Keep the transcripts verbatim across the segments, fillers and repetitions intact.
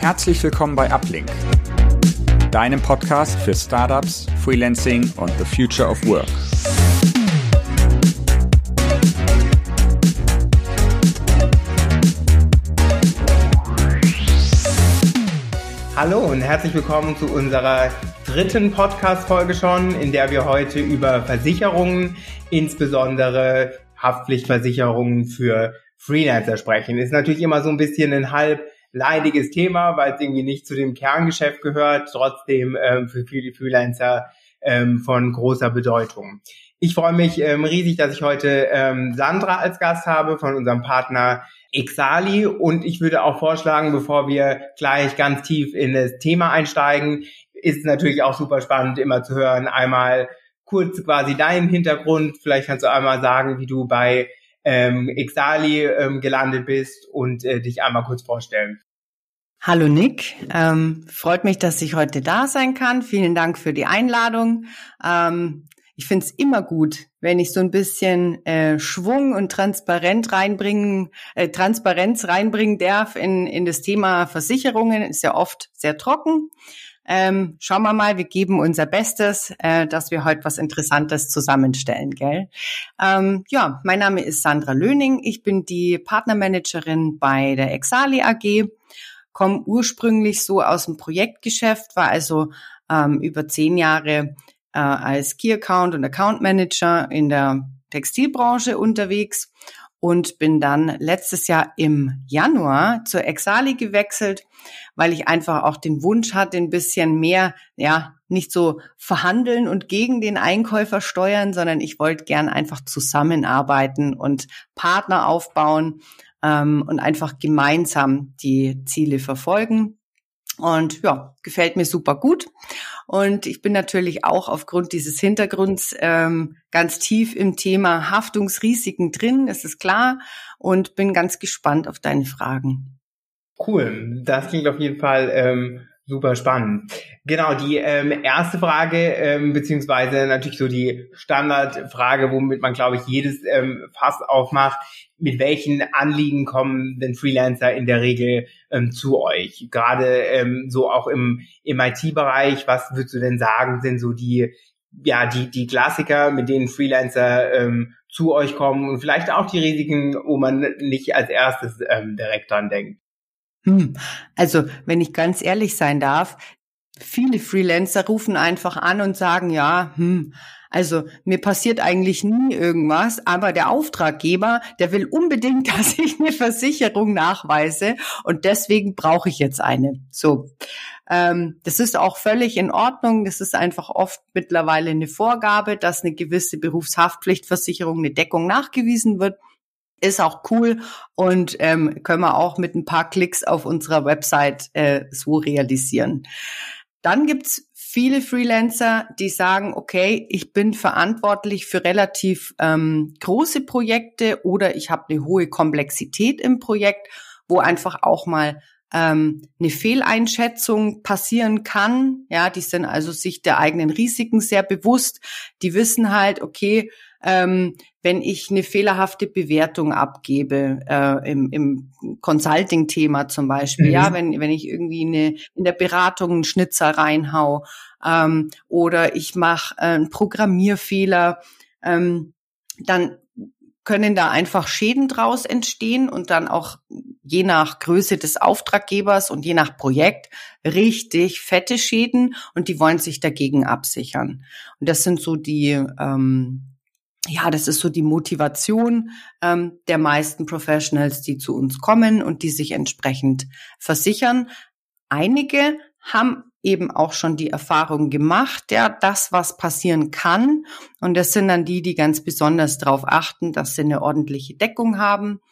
Herzlich willkommen bei Uplink, deinem Podcast für Startups, Freelancing und the Future of Work. Hallo und herzlich willkommen zu unserer dritten Podcast-Folge schon, in der wir heute über Versicherungen, insbesondere Haftpflichtversicherungen für Freelancer sprechen. Ist natürlich immer so ein bisschen ein halb leidiges Thema, weil es irgendwie nicht zu dem Kerngeschäft gehört, trotzdem ähm, für viele Freelancer ähm, von großer Bedeutung. Ich freue mich ähm, riesig, dass ich heute ähm, Sandra als Gast habe von unserem Partner Exali, und ich würde auch vorschlagen, bevor wir gleich ganz tief in das Thema einsteigen, ist es natürlich auch super spannend, immer zu hören, einmal kurz quasi deinen Hintergrund. Vielleicht kannst du einmal sagen, wie du bei ähm, Exali ähm, gelandet bist und äh, dich einmal kurz vorstellen. Hallo Nick, ähm, freut mich, dass ich heute da sein kann. Vielen Dank für die Einladung. Ähm, ich finde es immer gut, wenn ich so ein bisschen äh, Schwung und Transparenz reinbringen, äh, Transparenz reinbringen darf in in das Thema Versicherungen. Ist ja oft sehr trocken. Ähm, schauen wir mal, wir geben unser Bestes, äh, dass wir heute was Interessantes zusammenstellen, gell? Ähm, ja, mein Name ist Sandra Löning. Ich bin die Partnermanagerin bei der Exali A G, komme ursprünglich so aus dem Projektgeschäft, war also ähm, über zehn Jahre äh, als Key Account und Account Manager in der Textilbranche unterwegs und bin dann letztes Jahr im Januar zur Exali gewechselt, weil ich einfach auch den Wunsch hatte, ein bisschen mehr, ja, nicht so verhandeln und gegen den Einkäufer steuern, sondern ich wollte gern einfach zusammenarbeiten und Partner aufbauen ähm, und einfach gemeinsam die Ziele verfolgen. Und ja, gefällt mir super gut. Und ich bin natürlich auch aufgrund dieses Hintergrunds ähm, ganz tief im Thema Haftungsrisiken drin, das ist klar, und bin ganz gespannt auf deine Fragen. Cool, das klingt auf jeden Fall ähm, super spannend. Genau, die ähm, erste Frage, ähm, beziehungsweise natürlich so die Standardfrage, womit man, glaube ich, jedes ähm, Fass aufmacht: Mit welchen Anliegen kommen denn Freelancer in der Regel ähm, zu euch? Gerade ähm, so auch im, im I T-Bereich, was würdest du denn sagen, sind so die, ja, die, die Klassiker, mit denen Freelancer ähm, zu euch kommen, und vielleicht auch die Risiken, wo man nicht als erstes ähm, direkt dran denkt? Hm. Also, wenn ich ganz ehrlich sein darf, viele Freelancer rufen einfach an und sagen, ja, hm, also mir passiert eigentlich nie irgendwas, aber der Auftraggeber, der will unbedingt, dass ich eine Versicherung nachweise, und deswegen brauche ich jetzt eine. So, ähm, das ist auch völlig in Ordnung. Das ist einfach oft mittlerweile eine Vorgabe, dass eine gewisse Berufshaftpflichtversicherung, eine Deckung nachgewiesen wird. Ist auch cool, und ähm, können wir auch mit ein paar Klicks auf unserer Website äh, so realisieren. Dann gibt's viele Freelancer, die sagen, okay, ich bin verantwortlich für relativ ähm, große Projekte, oder ich habe eine hohe Komplexität im Projekt, wo einfach auch mal ähm, eine Fehleinschätzung passieren kann. Ja, die sind also sich der eigenen Risiken sehr bewusst. Die wissen halt, okay, Ähm, wenn ich eine fehlerhafte Bewertung abgebe, äh, im, im Consulting-Thema zum Beispiel, mhm. ja, wenn wenn ich irgendwie eine, in der Beratung einen Schnitzer reinhau, ähm, oder ich mache äh, einen Programmierfehler, ähm, dann können da einfach Schäden draus entstehen und dann auch je nach Größe des Auftraggebers und je nach Projekt richtig fette Schäden, und die wollen sich dagegen absichern. Und das sind so die ähm, Ja, das ist so die Motivation ähm, der meisten Professionals, die zu uns kommen und die sich entsprechend versichern. Einige haben eben auch schon die Erfahrung gemacht, ja, das, was passieren kann. Und das sind dann die, die ganz besonders darauf achten, dass sie eine ordentliche Deckung haben.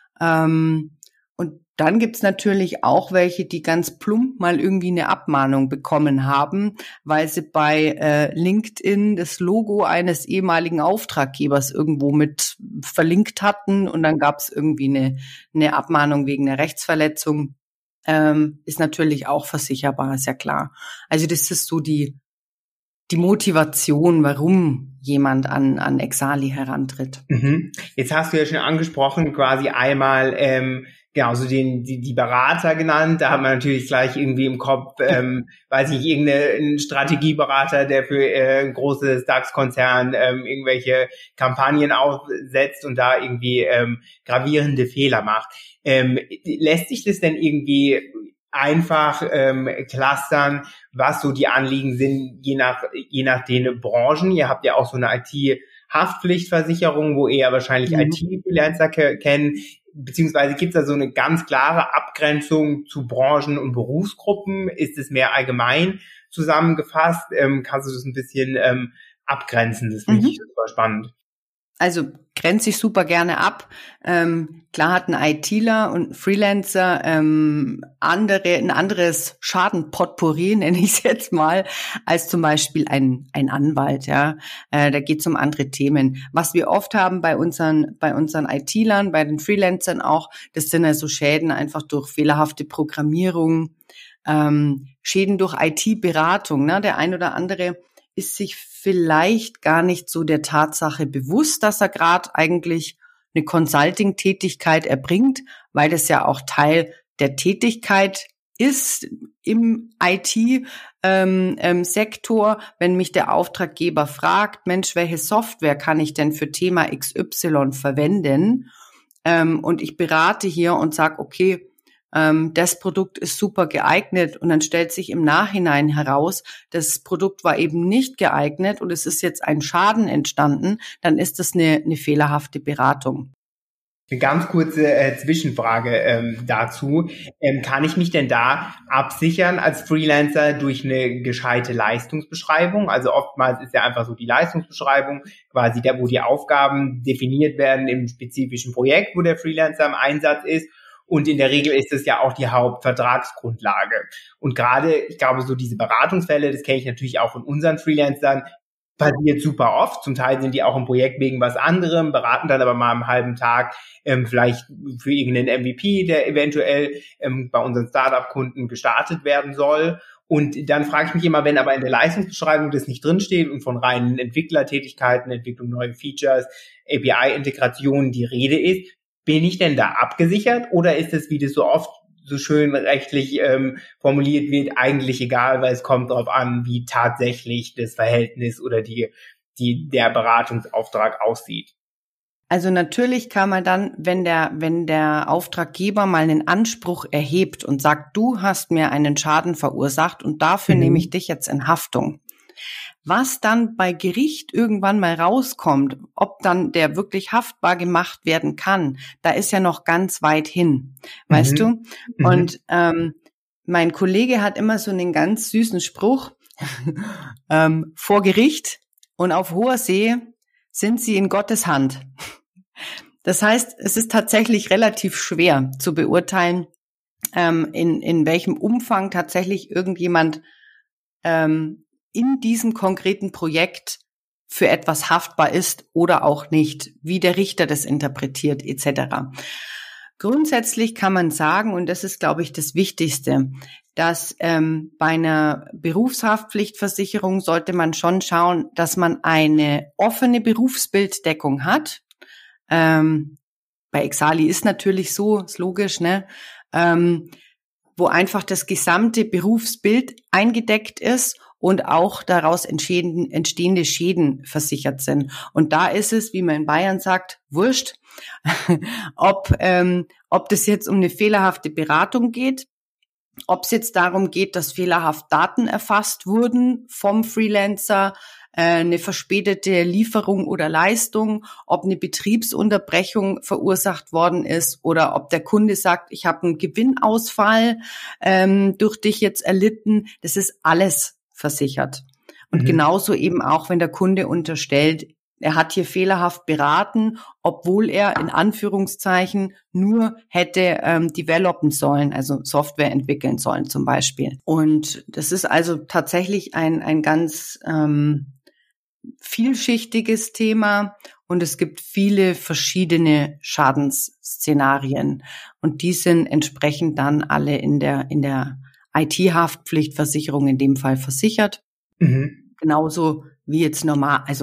Ähm, und dann gibt's natürlich auch welche, die ganz plump mal irgendwie eine Abmahnung bekommen haben, weil sie bei äh, LinkedIn das Logo eines ehemaligen Auftraggebers irgendwo mit verlinkt hatten, und dann gab's irgendwie eine, eine Abmahnung wegen einer Rechtsverletzung. Ähm, ist natürlich auch versicherbar, ist ja klar. Also das ist so die die Motivation, warum jemand an an Exali herantritt. Mhm. Jetzt hast du ja schon angesprochen, quasi einmal ähm, genau, so den, die, die Berater genannt. Da hat man natürlich gleich irgendwie im Kopf, ähm, weiß ich, irgendeinen Strategieberater, der für äh, ein großes DAX-Konzern ähm, irgendwelche Kampagnen aufsetzt und da irgendwie ähm, gravierende Fehler macht. Ähm, lässt sich das denn irgendwie einfach ähm, clustern, was so die Anliegen sind, je nach je nach den Branchen? Ihr habt ja auch so eine I T-Haftpflichtversicherung, wo eher wahrscheinlich Mhm. I T-Freelancer ke- kennen, beziehungsweise gibt es da so eine ganz klare Abgrenzung zu Branchen und Berufsgruppen? Ist es mehr allgemein zusammengefasst? Ähm, kannst du das ein bisschen ähm, abgrenzen? Das finde Mhm. ich super spannend. Also grenze ich super gerne ab. Ähm, klar hat ein ITler und ein Freelancer ähm, andere, ein anderes Schadenpotpourri, nenne ich es jetzt mal, als zum Beispiel ein, ein Anwalt. Ja, äh, da geht es um andere Themen. Was wir oft haben bei unseren, bei unseren ITlern, bei den Freelancern auch, das sind also Schäden einfach durch fehlerhafte Programmierung, ähm, Schäden durch I T-Beratung. Ne? Der ein oder andere ist sich vielleicht gar nicht so der Tatsache bewusst, dass er gerade eigentlich eine Consulting-Tätigkeit erbringt, weil das ja auch Teil der Tätigkeit ist im I T-Sektor, ähm, wenn mich der Auftraggeber fragt, Mensch, welche Software kann ich denn für Thema X Y verwenden? Ähm, und ich berate hier und sage, okay, das Produkt ist super geeignet und dann stellt sich im Nachhinein heraus, das Produkt war eben nicht geeignet und es ist jetzt ein Schaden entstanden, dann ist das eine, eine fehlerhafte Beratung. Eine ganz kurze äh, Zwischenfrage ähm, dazu. Ähm, kann ich mich denn da absichern als Freelancer durch eine gescheite Leistungsbeschreibung? Also oftmals ist ja einfach so die Leistungsbeschreibung quasi da, wo die Aufgaben definiert werden im spezifischen Projekt, wo der Freelancer im Einsatz ist. Und in der Regel ist es ja auch die Hauptvertragsgrundlage. Und gerade, ich glaube, so diese Beratungsfälle, das kenne ich natürlich auch von unseren Freelancern, passiert super oft. Zum Teil sind die auch im Projekt wegen was anderem, beraten dann aber mal einen halben Tag ähm, vielleicht für irgendeinen M V P, der eventuell ähm, bei unseren Startup-Kunden gestartet werden soll. Und dann frage ich mich immer, wenn aber in der Leistungsbeschreibung das nicht drinsteht und von reinen Entwicklertätigkeiten, Entwicklung neuer Features, A P I-Integrationen die Rede ist, bin ich denn da abgesichert oder ist es, wie das so oft so schön rechtlich ähm, formuliert wird, eigentlich egal, weil es kommt darauf an, wie tatsächlich das Verhältnis oder die, die, der Beratungsauftrag aussieht? Also natürlich kann man dann, wenn der, wenn der Auftraggeber mal einen Anspruch erhebt und sagt, du hast mir einen Schaden verursacht und dafür mhm. nehme ich dich jetzt in Haftung. Was dann bei Gericht irgendwann mal rauskommt, ob dann der wirklich haftbar gemacht werden kann, da ist ja noch ganz weit hin, mhm. weißt du? Mhm. Und ähm, mein Kollege hat immer so einen ganz süßen Spruch, ähm, vor Gericht und auf hoher See sind sie in Gottes Hand. Das heißt, es ist tatsächlich relativ schwer zu beurteilen, ähm, in, in welchem Umfang tatsächlich irgendjemand ähm, in diesem konkreten Projekt für etwas haftbar ist oder auch nicht, wie der Richter das interpretiert et cetera. Grundsätzlich kann man sagen, und das ist, glaube ich, das Wichtigste, dass ähm, bei einer Berufshaftpflichtversicherung sollte man schon schauen, dass man eine offene Berufsbilddeckung hat. Ähm, bei Exali ist natürlich so, ist logisch, ne? Ähm, wo einfach das gesamte Berufsbild eingedeckt ist und auch daraus entstehende Schäden versichert sind. Und da ist es, wie man in Bayern sagt, wurscht, ob, ähm, ob das jetzt um eine fehlerhafte Beratung geht, ob es jetzt darum geht, dass fehlerhaft Daten erfasst wurden vom Freelancer, äh, eine verspätete Lieferung oder Leistung, ob eine Betriebsunterbrechung verursacht worden ist oder ob der Kunde sagt, ich habe einen Gewinnausfall ähm, durch dich jetzt erlitten. Das ist alles versichert. Und mhm. genauso eben auch, wenn der Kunde unterstellt, er hat hier fehlerhaft beraten, obwohl er in Anführungszeichen nur hätte ähm, developen sollen, also Software entwickeln sollen zum Beispiel. Und das ist also tatsächlich ein ein ganz ähm, vielschichtiges Thema und es gibt viele verschiedene Schadensszenarien und die sind entsprechend dann alle in der in der I T-Haftpflichtversicherung in dem Fall versichert. Mhm. Genauso wie jetzt normal, also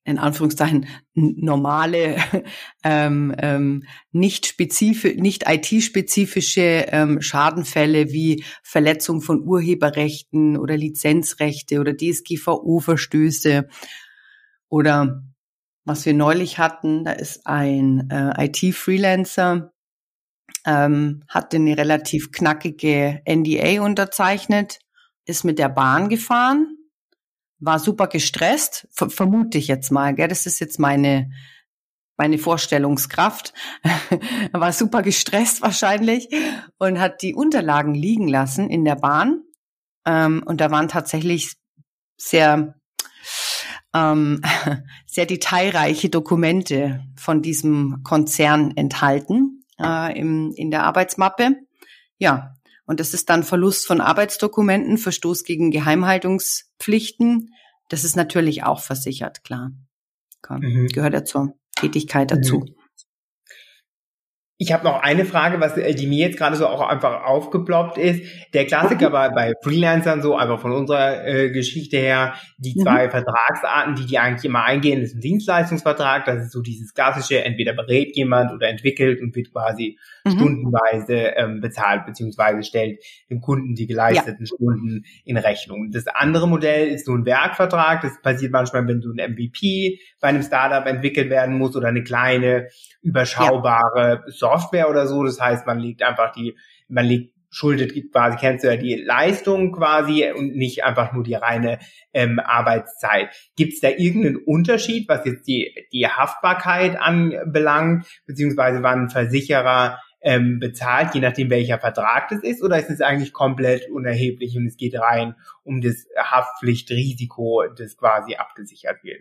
in Anführungszeichen normale, ähm, ähm, nicht spezifisch, nicht I T-spezifische ähm, Schadenfälle wie Verletzung von Urheberrechten oder Lizenzrechte oder D S G V O-Verstöße oder was wir neulich hatten, da ist ein äh, I T-Freelancer, ähm, hatte eine relativ knackige N D A unterzeichnet, ist mit der Bahn gefahren, war super gestresst, ver- vermute ich jetzt mal, gell? Das ist jetzt meine meine Vorstellungskraft, war super gestresst wahrscheinlich und hat die Unterlagen liegen lassen in der Bahn, ähm, und da waren tatsächlich sehr ähm, sehr detailreiche Dokumente von diesem Konzern enthalten äh, im, in der Arbeitsmappe. Ja, und das ist dann Verlust von Arbeitsdokumenten, Verstoß gegen Geheimhaltungspflichten. Das ist natürlich auch versichert, klar. Mhm. Gehört ja zur Tätigkeit dazu. Mhm. Ich habe noch eine Frage, was die mir jetzt gerade so auch einfach aufgeploppt ist. Der Klassiker bei, bei Freelancern so, einfach von unserer äh, Geschichte her, die zwei mhm. Vertragsarten, die die eigentlich immer eingehen, ist ein Dienstleistungsvertrag. Das ist so dieses klassische, entweder berät jemand oder entwickelt und wird quasi mhm. stundenweise ähm, bezahlt, beziehungsweise stellt dem Kunden die geleisteten ja. Stunden in Rechnung. Das andere Modell ist so ein Werkvertrag. Das passiert manchmal, wenn so ein M V P bei einem Startup entwickelt werden muss oder eine kleine, überschaubare ja. Software oder so. Das heißt, man legt einfach die, man legt, schuldet quasi, kennst du ja die Leistung quasi und nicht einfach nur die reine ähm, Arbeitszeit. Gibt es da irgendeinen Unterschied, was jetzt die, die Haftbarkeit anbelangt, beziehungsweise wann ein Versicherer ähm, bezahlt, je nachdem welcher Vertrag das ist, oder ist es eigentlich komplett unerheblich und es geht rein um das Haftpflichtrisiko, das quasi abgesichert wird?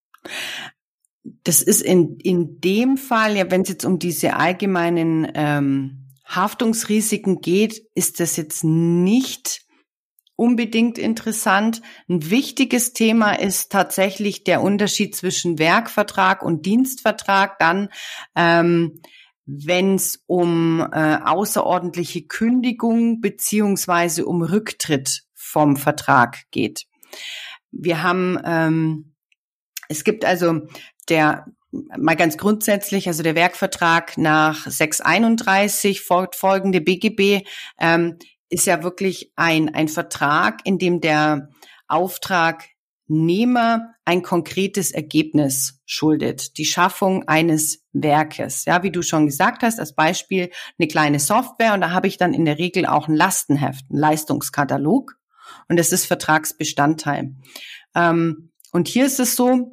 Das ist in in dem Fall, ja, wenn es jetzt um diese allgemeinen ähm, Haftungsrisiken geht, ist das jetzt nicht unbedingt interessant. Ein wichtiges Thema ist tatsächlich der Unterschied zwischen Werkvertrag und Dienstvertrag. Dann, ähm, wenn es um äh, außerordentliche Kündigung beziehungsweise um Rücktritt vom Vertrag geht. Wir haben ähm, Es gibt also der, mal ganz grundsätzlich, also der Werkvertrag nach sechs einunddreißig fortfolgende B G B ähm, ist ja wirklich ein ein Vertrag, in dem der Auftragnehmer ein konkretes Ergebnis schuldet, die Schaffung eines Werkes. Ja, wie du schon gesagt hast, als Beispiel eine kleine Software, und da habe ich dann in der Regel auch ein Lastenheft, einen Leistungskatalog, und das ist Vertragsbestandteil. Ähm, und hier ist es so,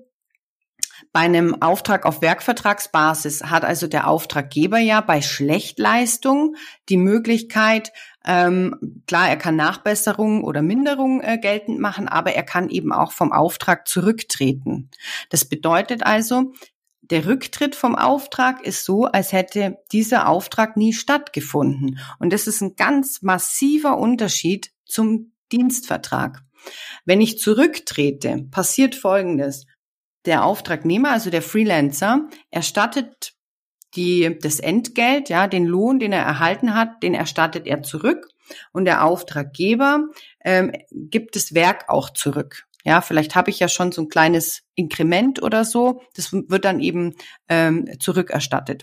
bei einem Auftrag auf Werkvertragsbasis hat also der Auftraggeber ja bei Schlechtleistung die Möglichkeit, ähm, klar, er kann Nachbesserungen oder Minderungen äh, geltend machen, aber er kann eben auch vom Auftrag zurücktreten. Das bedeutet also, der Rücktritt vom Auftrag ist so, als hätte dieser Auftrag nie stattgefunden. Und das ist ein ganz massiver Unterschied zum Dienstvertrag. Wenn ich zurücktrete, passiert Folgendes. Der Auftragnehmer, also der Freelancer, erstattet die, das Entgelt, ja, den Lohn, den er erhalten hat, den erstattet er zurück, und der Auftraggeber ähm, gibt das Werk auch zurück. Ja, vielleicht habe ich ja schon so ein kleines Inkrement oder so, das wird dann eben ähm, zurückerstattet.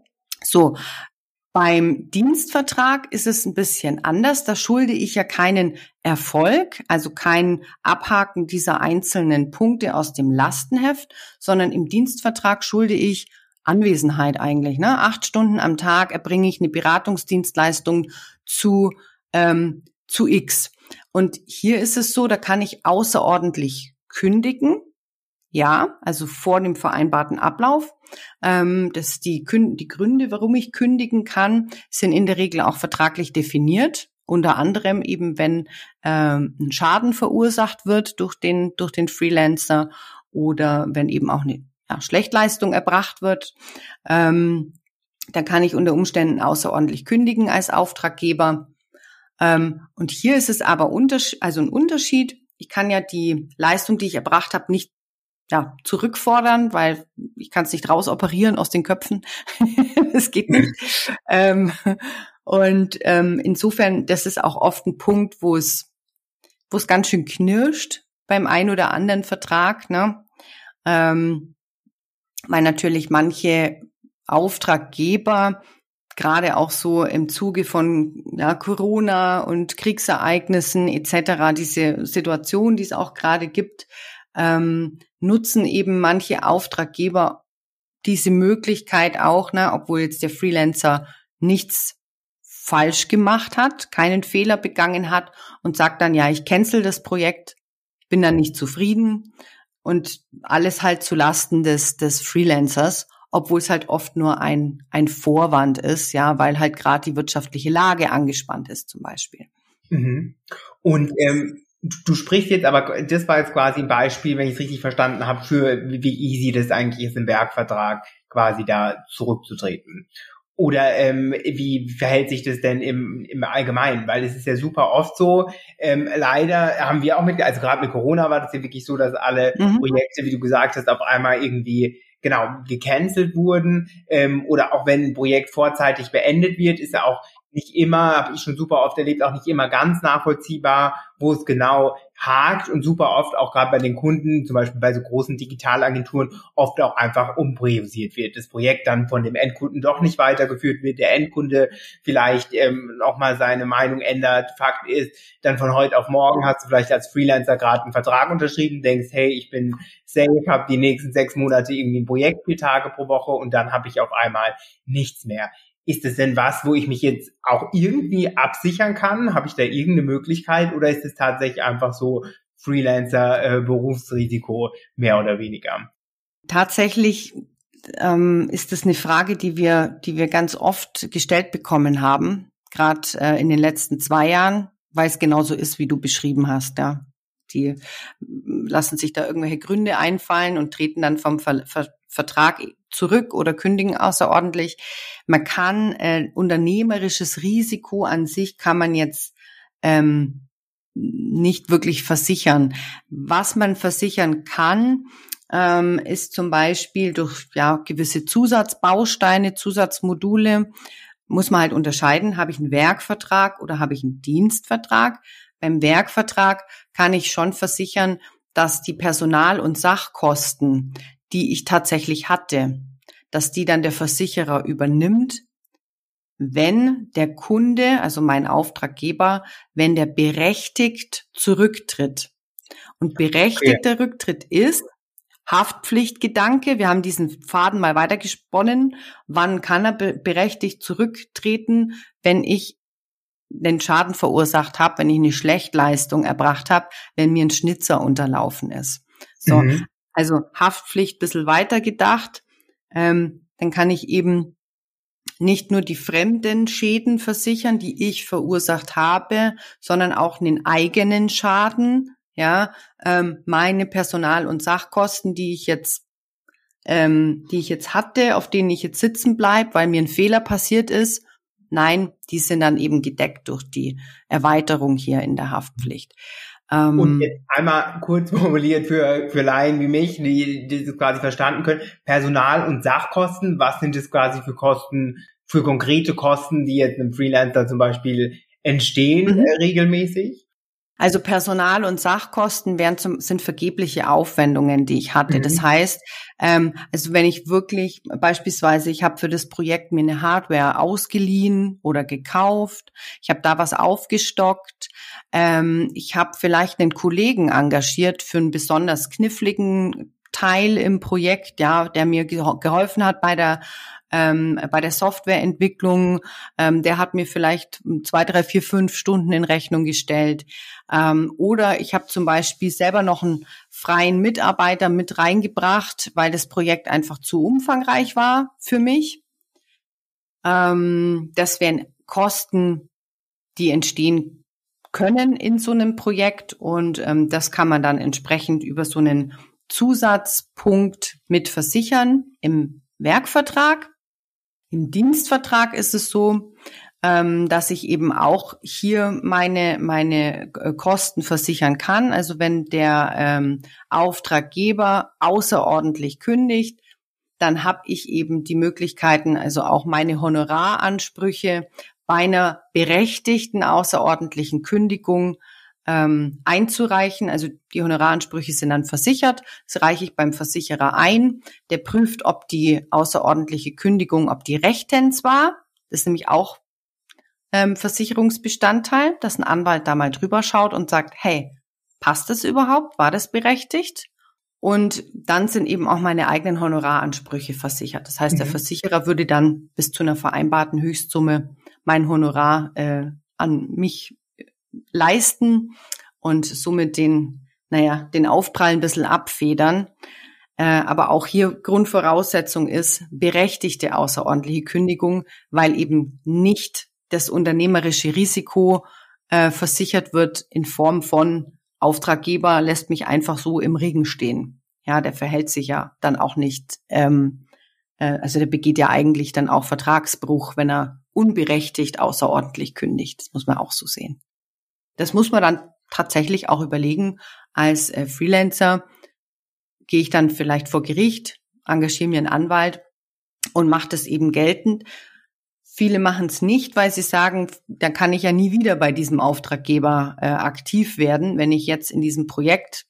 So. Beim Dienstvertrag ist es ein bisschen anders. Da schulde ich ja keinen Erfolg, also kein Abhaken dieser einzelnen Punkte aus dem Lastenheft, sondern im Dienstvertrag schulde ich Anwesenheit eigentlich. Ne? Acht Stunden am Tag erbringe ich eine Beratungsdienstleistung zu, ähm, zu X. Und hier ist es so, da kann ich außerordentlich kündigen. Ja, also vor dem vereinbarten Ablauf. Ähm, das die, die Gründe, warum ich kündigen kann, sind in der Regel auch vertraglich definiert. Unter anderem eben, wenn ähm, ein Schaden verursacht wird durch den durch den Freelancer oder wenn eben auch eine ja, Schlechtleistung erbracht wird. Ähm, dann kann ich unter Umständen außerordentlich kündigen als Auftraggeber. Ähm, und hier ist es aber untersch- also ein Unterschied. Ich kann ja die Leistung, die ich erbracht habe, nicht ja, zurückfordern, weil ich kann es nicht rausoperieren aus den Köpfen. Das geht nicht. ähm, und ähm, insofern, das ist auch oft ein Punkt, wo es wo es ganz schön knirscht beim einen oder anderen Vertrag. Ne? ähm, weil natürlich manche Auftraggeber gerade auch so im Zuge von ja, Corona und Kriegsereignissen et cetera, diese Situation, die es auch gerade gibt, ähm, nutzen eben manche Auftraggeber diese Möglichkeit auch, ne, obwohl jetzt der Freelancer nichts falsch gemacht hat, keinen Fehler begangen hat und sagt dann, ja, ich cancel das Projekt, bin dann nicht zufrieden und alles halt zu Lasten des, des Freelancers, obwohl es halt oft nur ein, ein Vorwand ist, ja, weil halt gerade die wirtschaftliche Lage angespannt ist zum Beispiel. Mhm. Und ähm, du sprichst jetzt, aber das war jetzt quasi ein Beispiel, wenn ich es richtig verstanden habe, für wie easy das eigentlich ist, im Werkvertrag quasi da zurückzutreten. Oder ähm, wie verhält sich das denn im, im Allgemeinen? Weil es ist ja super oft so, ähm, leider haben wir auch mit, also gerade mit Corona war das ja wirklich so, dass alle mhm. Projekte, wie du gesagt hast, auf einmal irgendwie genau gecancelt wurden. Ähm, oder auch wenn ein Projekt vorzeitig beendet wird, ist ja auch nicht immer, habe ich schon super oft erlebt, auch nicht immer ganz nachvollziehbar, wo es genau hakt und super oft auch gerade bei den Kunden, zum Beispiel bei so großen Digitalagenturen, oft auch einfach umpriorisiert wird. Das Projekt dann von dem Endkunden doch nicht weitergeführt wird, der Endkunde vielleicht ähm, noch mal seine Meinung ändert. Fakt ist, dann von heute auf morgen hast du vielleicht als Freelancer gerade einen Vertrag unterschrieben, denkst, hey, ich bin safe, habe die nächsten sechs Monate irgendwie ein Projekt, vier Tage pro Woche und dann habe ich auf einmal nichts mehr. Ist es denn was, wo ich mich jetzt auch irgendwie absichern kann? Habe ich da irgendeine Möglichkeit oder ist es tatsächlich einfach so Freelancer-Berufsrisiko äh, mehr oder weniger? Tatsächlich ähm, ist das eine Frage, die wir, die wir ganz oft gestellt bekommen haben, gerade äh, in den letzten zwei Jahren, weil es genauso ist, wie du beschrieben hast. Ja, die lassen sich da irgendwelche Gründe einfallen und treten dann vom Ver- Ver- Vertrag zurück oder kündigen außerordentlich. Man kann äh, unternehmerisches Risiko an sich kann man jetzt ähm, nicht wirklich versichern. Was man versichern kann, ähm, ist zum Beispiel durch ja gewisse Zusatzbausteine, Zusatzmodule, muss man halt unterscheiden, habe ich einen Werkvertrag oder habe ich einen Dienstvertrag. Beim Werkvertrag kann ich schon versichern, dass die Personal- und Sachkosten, die ich tatsächlich hatte, dass die dann der Versicherer übernimmt, wenn der Kunde, also mein Auftraggeber, wenn der berechtigt zurücktritt. Und berechtigter okay. Rücktritt ist Haftpflichtgedanke. Wir haben diesen Faden mal weitergesponnen. Wann kann er be- berechtigt zurücktreten, wenn ich den Schaden verursacht habe, wenn ich eine Schlechtleistung erbracht habe, wenn mir ein Schnitzer unterlaufen ist. So, mhm. Also Haftpflicht ein bisschen weiter gedacht. Ähm, dann kann ich eben nicht nur die fremden Schäden versichern, die ich verursacht habe, sondern auch einen eigenen Schaden. Ja, ähm, meine Personal- und Sachkosten, die ich jetzt, ähm, die ich jetzt hatte, auf denen ich jetzt sitzen bleibe, weil mir ein Fehler passiert ist. Nein, die sind dann eben gedeckt durch die Erweiterung hier in der Haftpflicht. Ähm, und jetzt einmal kurz formuliert für, für Laien wie mich, die, die das quasi verstanden können. Personal- und Sachkosten, was sind das quasi für Kosten, für konkrete Kosten, die jetzt einem Freelancer zum Beispiel entstehen, mhm. äh, regelmäßig? Also Personal- und Sachkosten wären zum, sind vergebliche Aufwendungen, die ich hatte. Mhm. Das heißt, ähm, also wenn ich wirklich beispielsweise, ich habe für das Projekt mir eine Hardware ausgeliehen oder gekauft, ich habe da was aufgestockt, ähm, ich habe vielleicht einen Kollegen engagiert für einen besonders kniffligen Teil im Projekt, ja, der mir ge- geholfen hat bei der Ähm, bei der Softwareentwicklung, ähm, der hat mir vielleicht zwei, drei, vier, fünf Stunden in Rechnung gestellt. Ähm, oder ich habe zum Beispiel selber noch einen freien Mitarbeiter mit reingebracht, weil das Projekt einfach zu umfangreich war für mich. Ähm, das wären Kosten, die entstehen können in so einem Projekt und ähm, das kann man dann entsprechend über so einen Zusatzpunkt mit versichern im Werkvertrag. Im Dienstvertrag ist es so, ähm, dass ich eben auch hier meine meine Kosten versichern kann. Also wenn der ähm, Auftraggeber außerordentlich kündigt, dann habe ich eben die Möglichkeiten, also auch meine Honoraransprüche bei einer berechtigten außerordentlichen Kündigung ähm, einzureichen. Also die Honoraransprüche sind dann versichert. Das reiche ich beim Versicherer ein. Der prüft, ob die außerordentliche Kündigung, ob die rechtens war. Das ist nämlich auch ähm, Versicherungsbestandteil, dass ein Anwalt da mal drüber schaut und sagt, hey, passt das überhaupt? War das berechtigt? Und dann sind eben auch meine eigenen Honoraransprüche versichert. Das heißt, der mhm. Versicherer würde dann bis zu einer vereinbarten Höchstsumme mein Honorar äh, an mich leisten und somit den, naja, den Aufprall ein bisschen abfedern. Äh, aber auch hier Grundvoraussetzung ist berechtigte außerordentliche Kündigung, weil eben nicht das unternehmerische Risiko äh, versichert wird in Form von Auftraggeber lässt mich einfach so im Regen stehen. Ja, der verhält sich ja dann auch nicht, ähm, äh, also der begeht ja eigentlich dann auch Vertragsbruch, wenn er unberechtigt außerordentlich kündigt. Das muss man auch so sehen. Das muss man dann tatsächlich auch überlegen. Als äh, Freelancer gehe ich dann vielleicht vor Gericht, engagiere mir einen Anwalt und mache das eben geltend. Viele machen es nicht, weil sie sagen, da kann ich ja nie wieder bei diesem Auftraggeber äh, aktiv werden, wenn ich jetzt in diesem Projekt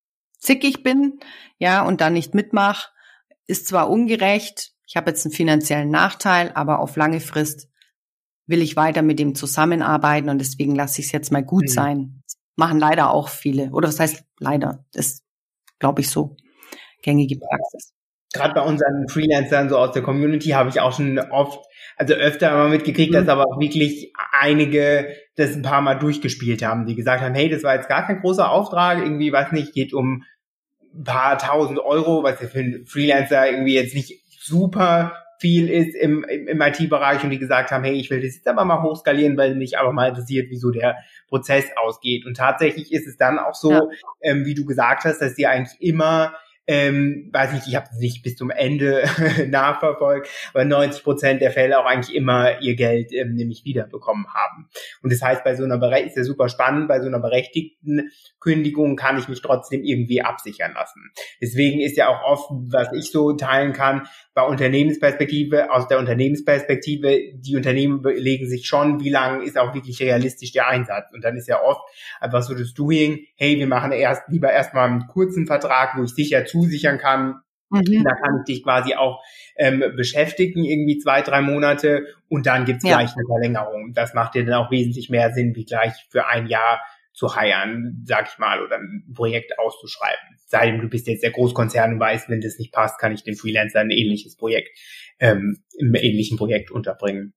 zickig bin, ja, und da nicht mitmache. Ist zwar ungerecht, ich habe jetzt einen finanziellen Nachteil, aber auf lange Frist will ich weiter mit dem zusammenarbeiten und deswegen lasse ich es jetzt mal gut mhm. sein. Das machen leider auch viele. Oder was heißt leider? Das ist, glaube ich, so gängige Praxis. Gerade bei unseren Freelancern so aus der Community habe ich auch schon oft, also öfter mal mitgekriegt, mhm. dass aber auch wirklich einige das ein paar Mal durchgespielt haben, die gesagt haben, hey, das war jetzt gar kein großer Auftrag, irgendwie, weiß nicht, geht um ein paar tausend Euro, was ja für einen Freelancer irgendwie jetzt nicht super viel ist im, im, im I T-Bereich und die gesagt haben, hey, ich will das jetzt aber mal hochskalieren, weil mich aber mal interessiert, wieso der Prozess ausgeht. Und tatsächlich ist es dann auch so, ja. ähm, wie du gesagt hast, dass die eigentlich immer Ähm, weiß nicht, ich habe es nicht bis zum Ende nachverfolgt, aber neunzig Prozent der Fälle auch eigentlich immer ihr Geld ähm, nämlich wiederbekommen haben. Und das heißt, bei so einer Bere- ist ja super spannend, bei so einer berechtigten Kündigung kann ich mich trotzdem irgendwie absichern lassen. Deswegen ist ja auch oft, was ich so teilen kann, bei Unternehmensperspektive, aus der Unternehmensperspektive, die Unternehmen überlegen sich schon, wie lang ist auch wirklich realistisch der Einsatz. Und dann ist ja oft einfach so das Doing, hey, wir machen erst lieber erstmal einen kurzen Vertrag, wo ich sicher zusichern kann, mhm. da kann ich dich quasi auch ähm, beschäftigen, irgendwie zwei, drei Monate und dann gibt's ja. gleich eine Verlängerung. Das macht dir dann auch wesentlich mehr Sinn, wie gleich für ein Jahr zu hiren, sag ich mal, oder ein Projekt auszuschreiben. Sei denn, du bist jetzt der Großkonzern und weißt, wenn das nicht passt, kann ich dem Freelancer ein ähnliches Projekt, ähm, im ähnlichen Projekt unterbringen.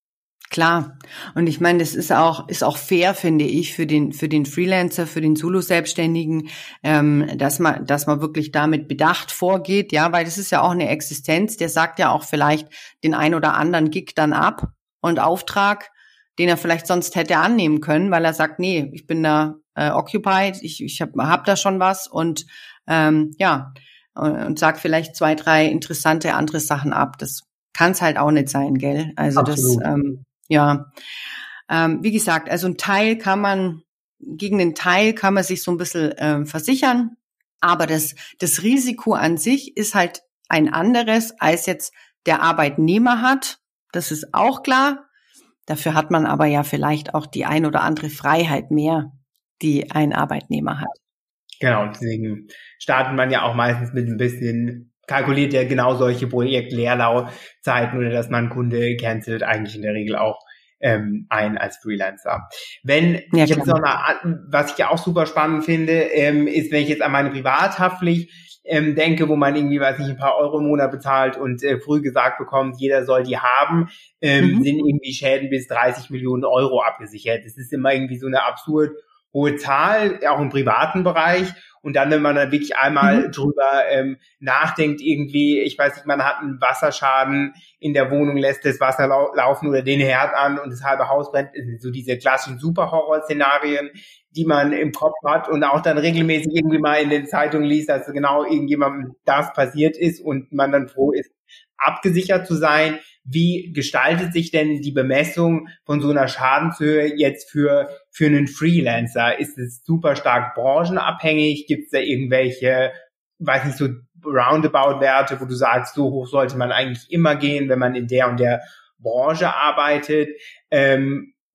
Klar. Und ich meine, das ist auch, ist auch fair, finde ich, für den, für den Freelancer, für den Solo-Selbstständigen, ähm, dass man, dass man wirklich damit bedacht vorgeht, ja, weil das ist ja auch eine Existenz. Der sagt ja auch vielleicht den ein oder anderen Gig dann ab und Auftrag, den er vielleicht sonst hätte annehmen können, weil er sagt, nee, ich bin da äh, occupied, ich, ich habe hab da schon was und ähm, ja, und, und sag vielleicht zwei, drei interessante andere Sachen ab. Das kann es halt auch nicht sein, gell? Also Absolut. das, ähm, ja, ähm, wie gesagt, also ein Teil kann man, gegen den Teil kann man sich so ein bisschen ähm, versichern, aber das, das Risiko an sich ist halt ein anderes, als jetzt der Arbeitnehmer hat. Das ist auch klar. Dafür hat man aber ja vielleicht auch die ein oder andere Freiheit mehr, die ein Arbeitnehmer hat. Genau, deswegen startet man ja auch meistens mit ein bisschen, kalkuliert ja genau solche Projektleerlaufzeiten oder dass man Kunde cancelt eigentlich in der Regel auch ähm, ein als Freelancer. Wenn, ja, ich jetzt noch eine, was ich ja auch super spannend finde, ähm, ist, wenn ich jetzt an meine Privathaftpflicht ähm, denke, wo man irgendwie, weiß nicht, ein paar Euro im Monat bezahlt und äh, früh gesagt bekommt, jeder soll die haben, ähm, mhm. sind irgendwie Schäden bis dreißig Millionen Euro abgesichert. Das ist immer irgendwie so eine absurd hohe Zahl, auch im privaten Bereich. Und dann, wenn man dann wirklich einmal mhm. drüber ähm, nachdenkt, irgendwie, ich weiß nicht, man hat einen Wasserschaden in der Wohnung, lässt das Wasser lau- laufen oder den Herd an und das halbe Haus brennt, so diese klassischen Super-Horror-Szenarien, die man im Kopf hat und auch dann regelmäßig irgendwie mal in den Zeitungen liest, dass genau irgendjemandem das passiert ist und man dann froh ist, abgesichert zu sein. Wie gestaltet sich denn die Bemessung von so einer Schadenshöhe jetzt für für einen Freelancer? Ist es super stark branchenabhängig? Gibt es da irgendwelche, weiß nicht, so Roundabout-Werte, wo du sagst, so hoch sollte man eigentlich immer gehen, wenn man in der und der Branche arbeitet? Ähm,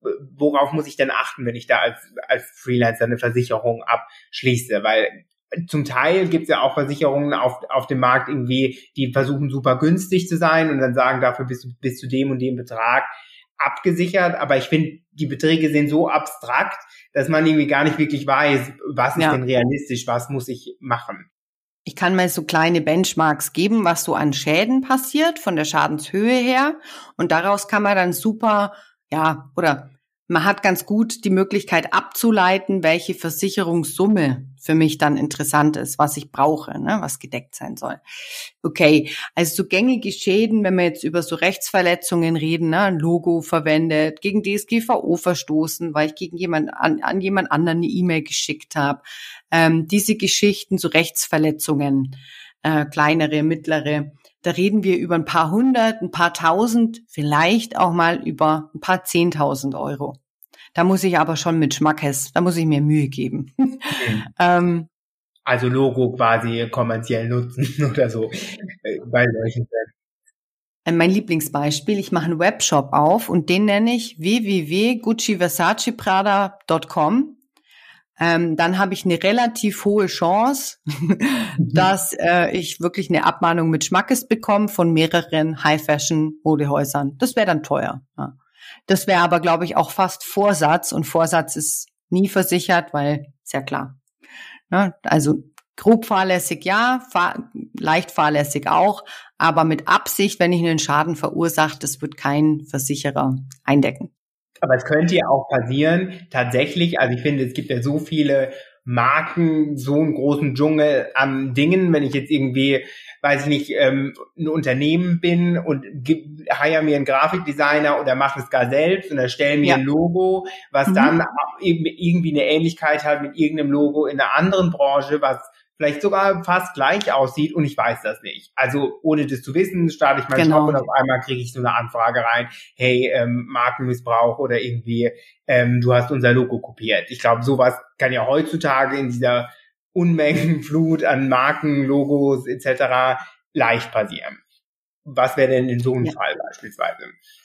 worauf muss ich denn achten, wenn ich da als, als Freelancer eine Versicherung abschließe? Weil zum Teil gibt es ja auch Versicherungen auf, auf dem Markt irgendwie, die versuchen super günstig zu sein und dann sagen, dafür bist du bis zu dem und dem Betrag abgesichert. Aber ich finde, die Beträge sind so abstrakt, dass man irgendwie gar nicht wirklich weiß, was ist Ja. denn realistisch, was muss ich machen. Ich kann mal so kleine Benchmarks geben, was so an Schäden passiert, von der Schadenshöhe her. Und daraus kann man dann super, ja, oder man hat ganz gut die Möglichkeit abzuleiten, welche Versicherungssumme für mich dann interessant ist, was ich brauche, ne, was gedeckt sein soll. Okay, also so gängige Schäden, wenn wir jetzt über so Rechtsverletzungen reden, ne, ein Logo verwendet, gegen D S G V O verstoßen, weil ich gegen jemand an, an jemand anderen eine E-Mail geschickt habe. Ähm, diese Geschichten, so Rechtsverletzungen, äh, kleinere, mittlere, da reden wir über ein paar hundert, ein paar tausend, vielleicht auch mal über ein paar zehntausend Euro. Da muss ich aber schon mit Schmackes, da muss ich mir Mühe geben. Mhm. ähm, Also Logo quasi kommerziell nutzen oder so bei solchen Fällen. Mein Lieblingsbeispiel, ich mache einen Webshop auf und den nenne ich w w w punkt gucci versace prada punkt com. Ähm, dann habe ich eine relativ hohe Chance, dass äh, ich wirklich eine Abmahnung mit Schmackes bekomme von mehreren High-Fashion-Modehäusern. Das wäre dann teuer. Ja. Das wäre aber, glaube ich, auch fast Vorsatz und Vorsatz ist nie versichert, weil ist ja klar. Ja, also grob fahrlässig ja, fahr, leicht fahrlässig auch, aber mit Absicht, wenn ich einen Schaden verursache, das wird kein Versicherer eindecken. Aber es könnte ja auch passieren, tatsächlich, also ich finde, es gibt ja so viele Marken, so einen großen Dschungel an Dingen, wenn ich jetzt irgendwie, weiß ich nicht, ähm, ein Unternehmen bin und hire mir einen Grafikdesigner oder mache es gar selbst und erstelle mir Ja. ein Logo, was Mhm. dann auch eben irgendwie eine Ähnlichkeit hat mit irgendeinem Logo in einer anderen Branche, was vielleicht sogar fast gleich aussieht und ich weiß das nicht. Also ohne das zu wissen, starte ich meinen Genau. Shop und auf einmal kriege ich so eine Anfrage rein, hey, ähm, Markenmissbrauch oder irgendwie, ähm, du hast unser Logo kopiert. Ich glaube, sowas kann ja heutzutage in dieser Unmengenflut an Marken, Logos et cetera leicht passieren. Was wäre denn in so einem Ja. Fall beispielsweise?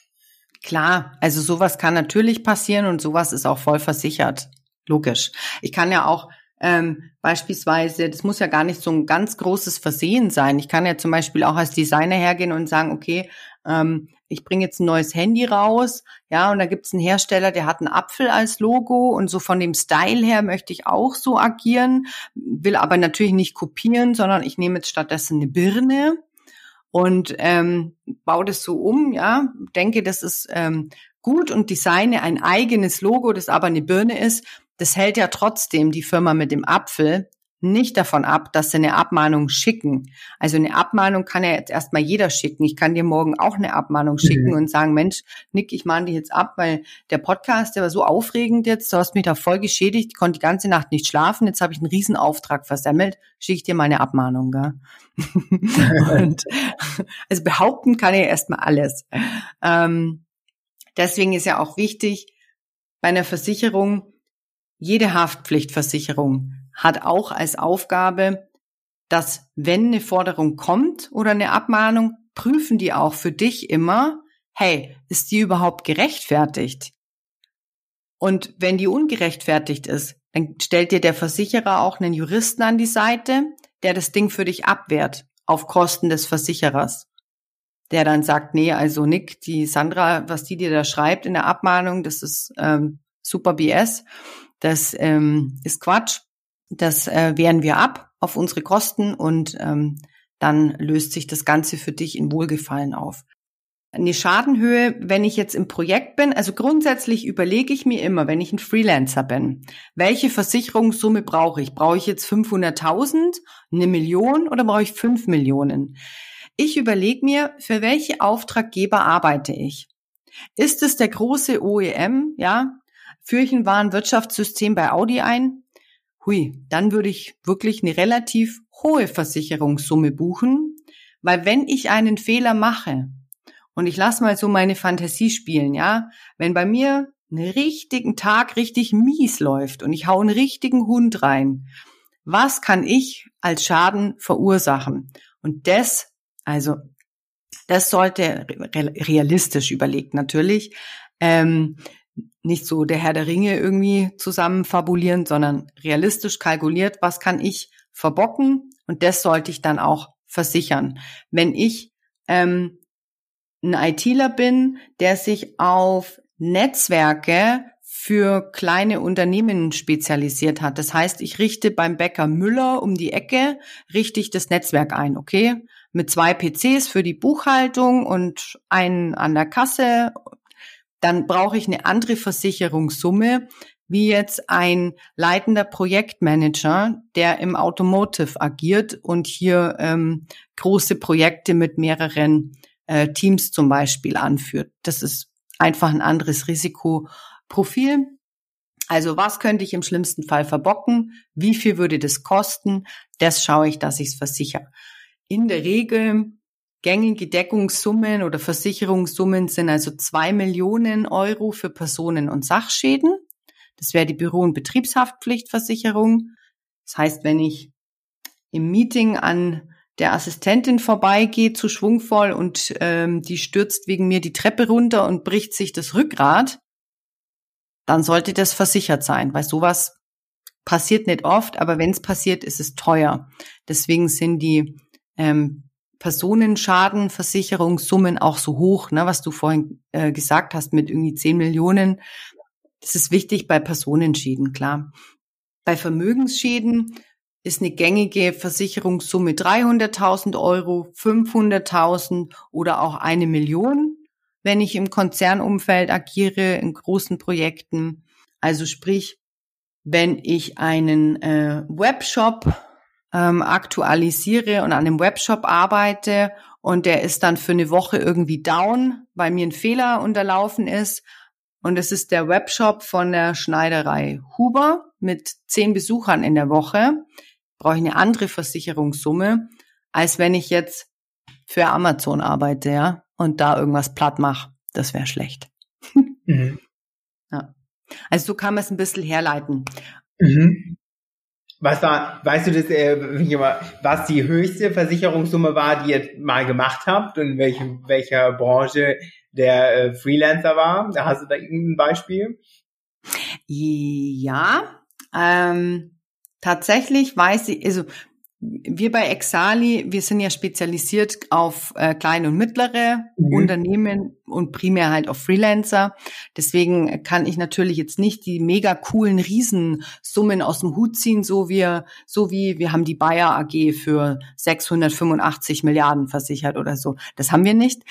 Klar, also sowas kann natürlich passieren und sowas ist auch voll versichert. Logisch. Ich kann ja auch ähm, beispielsweise, das muss ja gar nicht so ein ganz großes Versehen sein. Ich kann ja zum Beispiel auch als Designer hergehen und sagen, okay, ähm, ich bringe jetzt ein neues Handy raus, ja, und da gibt's einen Hersteller, der hat einen Apfel als Logo und so von dem Style her möchte ich auch so agieren, will aber natürlich nicht kopieren, sondern ich nehme jetzt stattdessen eine Birne und ähm, baue das so um, ja, denke, das ist ähm, gut und designe ein eigenes Logo, das aber eine Birne ist. Das hält ja trotzdem die Firma mit dem Apfel nicht davon ab, dass sie eine Abmahnung schicken. Also eine Abmahnung kann ja jetzt erstmal jeder schicken. Ich kann dir morgen auch eine Abmahnung schicken Mhm. und sagen, Mensch, Nick, ich mahne dich jetzt ab, weil der Podcast, der war so aufregend jetzt, du hast mich da voll geschädigt, ich konnte die ganze Nacht nicht schlafen, jetzt habe ich einen Riesenauftrag versemmelt, schicke ich dir meine Abmahnung. Gell? und, also behaupten kann ja erstmal alles. Ähm, deswegen ist ja auch wichtig, bei einer Versicherung, jede Haftpflichtversicherung hat auch als Aufgabe, dass wenn eine Forderung kommt oder eine Abmahnung, prüfen die auch für dich immer, hey, ist die überhaupt gerechtfertigt? Und wenn die ungerechtfertigt ist, dann stellt dir der Versicherer auch einen Juristen an die Seite, der das Ding für dich abwehrt, auf Kosten des Versicherers. Der dann sagt, nee, also Nick, die Sandra, was die dir da schreibt in der Abmahnung, das ist ähm, super B S, das ähm, ist Quatsch, das äh, wehren wir ab auf unsere Kosten und ähm, dann löst sich das Ganze für dich in Wohlgefallen auf. Eine Schadenhöhe, wenn ich jetzt im Projekt bin, also grundsätzlich überlege ich mir immer, wenn ich ein Freelancer bin, welche Versicherungssumme brauche ich? Brauche ich jetzt fünfhunderttausend, eine Million oder brauche ich fünf Millionen? Ich überlege mir, für welche Auftraggeber arbeite ich? Ist es der große O E M, ja? Führe ich ein Warenwirtschaftssystem bei Audi ein? Hui, dann würde ich wirklich eine relativ hohe Versicherungssumme buchen, weil wenn ich einen Fehler mache, und ich lasse mal so meine Fantasie spielen, ja, wenn bei mir einen richtigen Tag richtig mies läuft und ich hau einen richtigen Hund rein, was kann ich als Schaden verursachen? Und das, also das sollte realistisch überlegt natürlich, ähm, nicht so der Herr der Ringe irgendwie zusammen fabulieren, sondern realistisch kalkuliert, was kann ich verbocken, und das sollte ich dann auch versichern. Wenn ich ähm, ein ITler bin, der sich auf Netzwerke für kleine Unternehmen spezialisiert hat. Das heißt, ich richte beim Bäcker Müller um die Ecke, richte ich das Netzwerk ein, okay? Mit zwei P Cs für die Buchhaltung und einen an der Kasse. Dann brauche ich eine andere Versicherungssumme, wie jetzt ein leitender Projektmanager, der im Automotive agiert und hier ähm, große Projekte mit mehreren äh, Teams zum Beispiel anführt. Das ist einfach ein anderes Risikoprofil. Also was könnte ich im schlimmsten Fall verbocken? Wie viel würde das kosten? Das schaue ich, dass ich es versichere. In der Regel gängige Deckungssummen oder Versicherungssummen sind also zwei Millionen Euro für Personen- und Sachschäden. Das wäre die Büro- und Betriebshaftpflichtversicherung. Das heißt, wenn ich im Meeting an der Assistentin vorbeigehe zu schwungvoll und ähm, die stürzt wegen mir die Treppe runter und bricht sich das Rückgrat, dann sollte das versichert sein, weil sowas passiert nicht oft, aber wenn es passiert, ist es teuer. Deswegen sind die ähm, Personenschadenversicherungssummen auch so hoch, ne, was du vorhin äh, gesagt hast, mit irgendwie zehn Millionen. Das ist wichtig bei Personenschäden, klar. Bei Vermögensschäden ist eine gängige Versicherungssumme dreihunderttausend Euro, fünfhunderttausend oder auch eine Million, wenn ich im Konzernumfeld agiere, in großen Projekten. Also sprich, wenn ich einen äh, Webshop ähm, aktualisiere und an einem Webshop arbeite und der ist dann für eine Woche irgendwie down, weil mir ein Fehler unterlaufen ist, und es ist der Webshop von der Schneiderei Huber mit zehn Besuchern in der Woche, brauche ich eine andere Versicherungssumme, als wenn ich jetzt für Amazon arbeite, ja, und da irgendwas platt mache. Das wäre schlecht. Mhm. Ja. Also so kann man es ein bisschen herleiten. Mhm. Was war, weißt du das, äh, was die höchste Versicherungssumme war, die ihr mal gemacht habt, und in welche, welcher Branche der äh, Freelancer war? Da hast du da irgendein Beispiel? Ja, ähm, tatsächlich weiß ich, also wir bei Exali, wir sind ja spezialisiert auf äh, kleine und mittlere mhm. Unternehmen und primär halt auf Freelancer. Deswegen kann ich natürlich jetzt nicht die mega coolen Riesensummen aus dem Hut ziehen, so wie, so wie wir haben die Bayer A G für sechshundertfünfundachtzig Milliarden versichert oder so. Das haben wir nicht.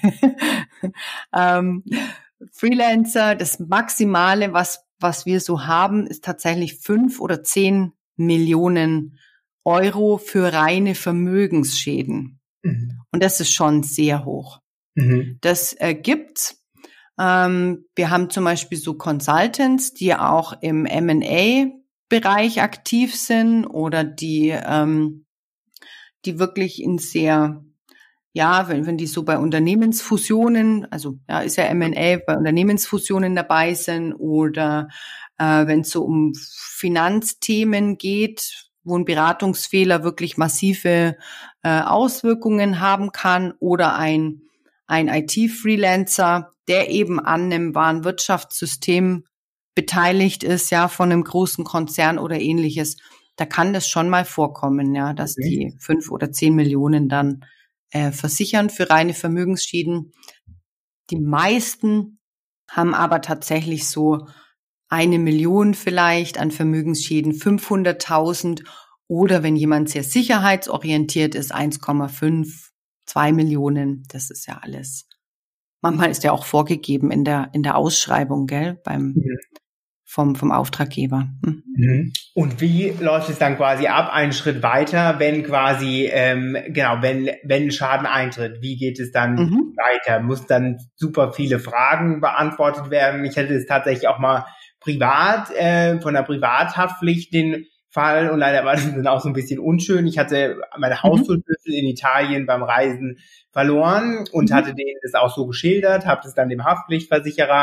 ähm, Freelancer, das Maximale, was, was wir so haben, ist tatsächlich fünf oder zehn Millionen Euro für reine Vermögensschäden. Mhm. Und das ist schon sehr hoch. Mhm. Das äh, gibt's. Ähm, wir haben zum Beispiel so Consultants, die auch im M und A-Bereich aktiv sind oder die, ähm, die wirklich in sehr, ja, wenn, wenn die so bei Unternehmensfusionen, also ja, ist ja M und A, bei Unternehmensfusionen dabei sind, oder äh, wenn es so um Finanzthemen geht, wo ein Beratungsfehler wirklich massive äh, Auswirkungen haben kann, oder ein ein I T-Freelancer, der eben an einem Warenwirtschaftssystem beteiligt ist, ja, von einem großen Konzern oder ähnliches. Da kann das schon mal vorkommen, ja, dass okay. die fünf oder zehn Millionen dann äh, versichern für reine Vermögensschäden. Die meisten haben aber tatsächlich so eine Million vielleicht an Vermögensschäden, fünfhunderttausend, oder wenn jemand sehr sicherheitsorientiert ist, eins Komma fünf, zwei Millionen. Das ist ja alles. Manchmal ist ja auch vorgegeben in der in der Ausschreibung, gell, beim mhm. vom vom Auftraggeber. Mhm. Und wie läuft es dann quasi ab, einen Schritt weiter, wenn quasi ähm, genau, wenn wenn ein Schaden eintritt? Wie geht es dann mhm. weiter? Muss dann super viele Fragen beantwortet werden? Ich hätte es tatsächlich auch mal privat, äh, von der Privathaftpflicht den Fall, und leider war das dann auch so ein bisschen unschön. Ich hatte meine Haustürschlüssel in Italien beim Reisen verloren und mhm. hatte denen das auch so geschildert, habe das dann dem Haftpflichtversicherer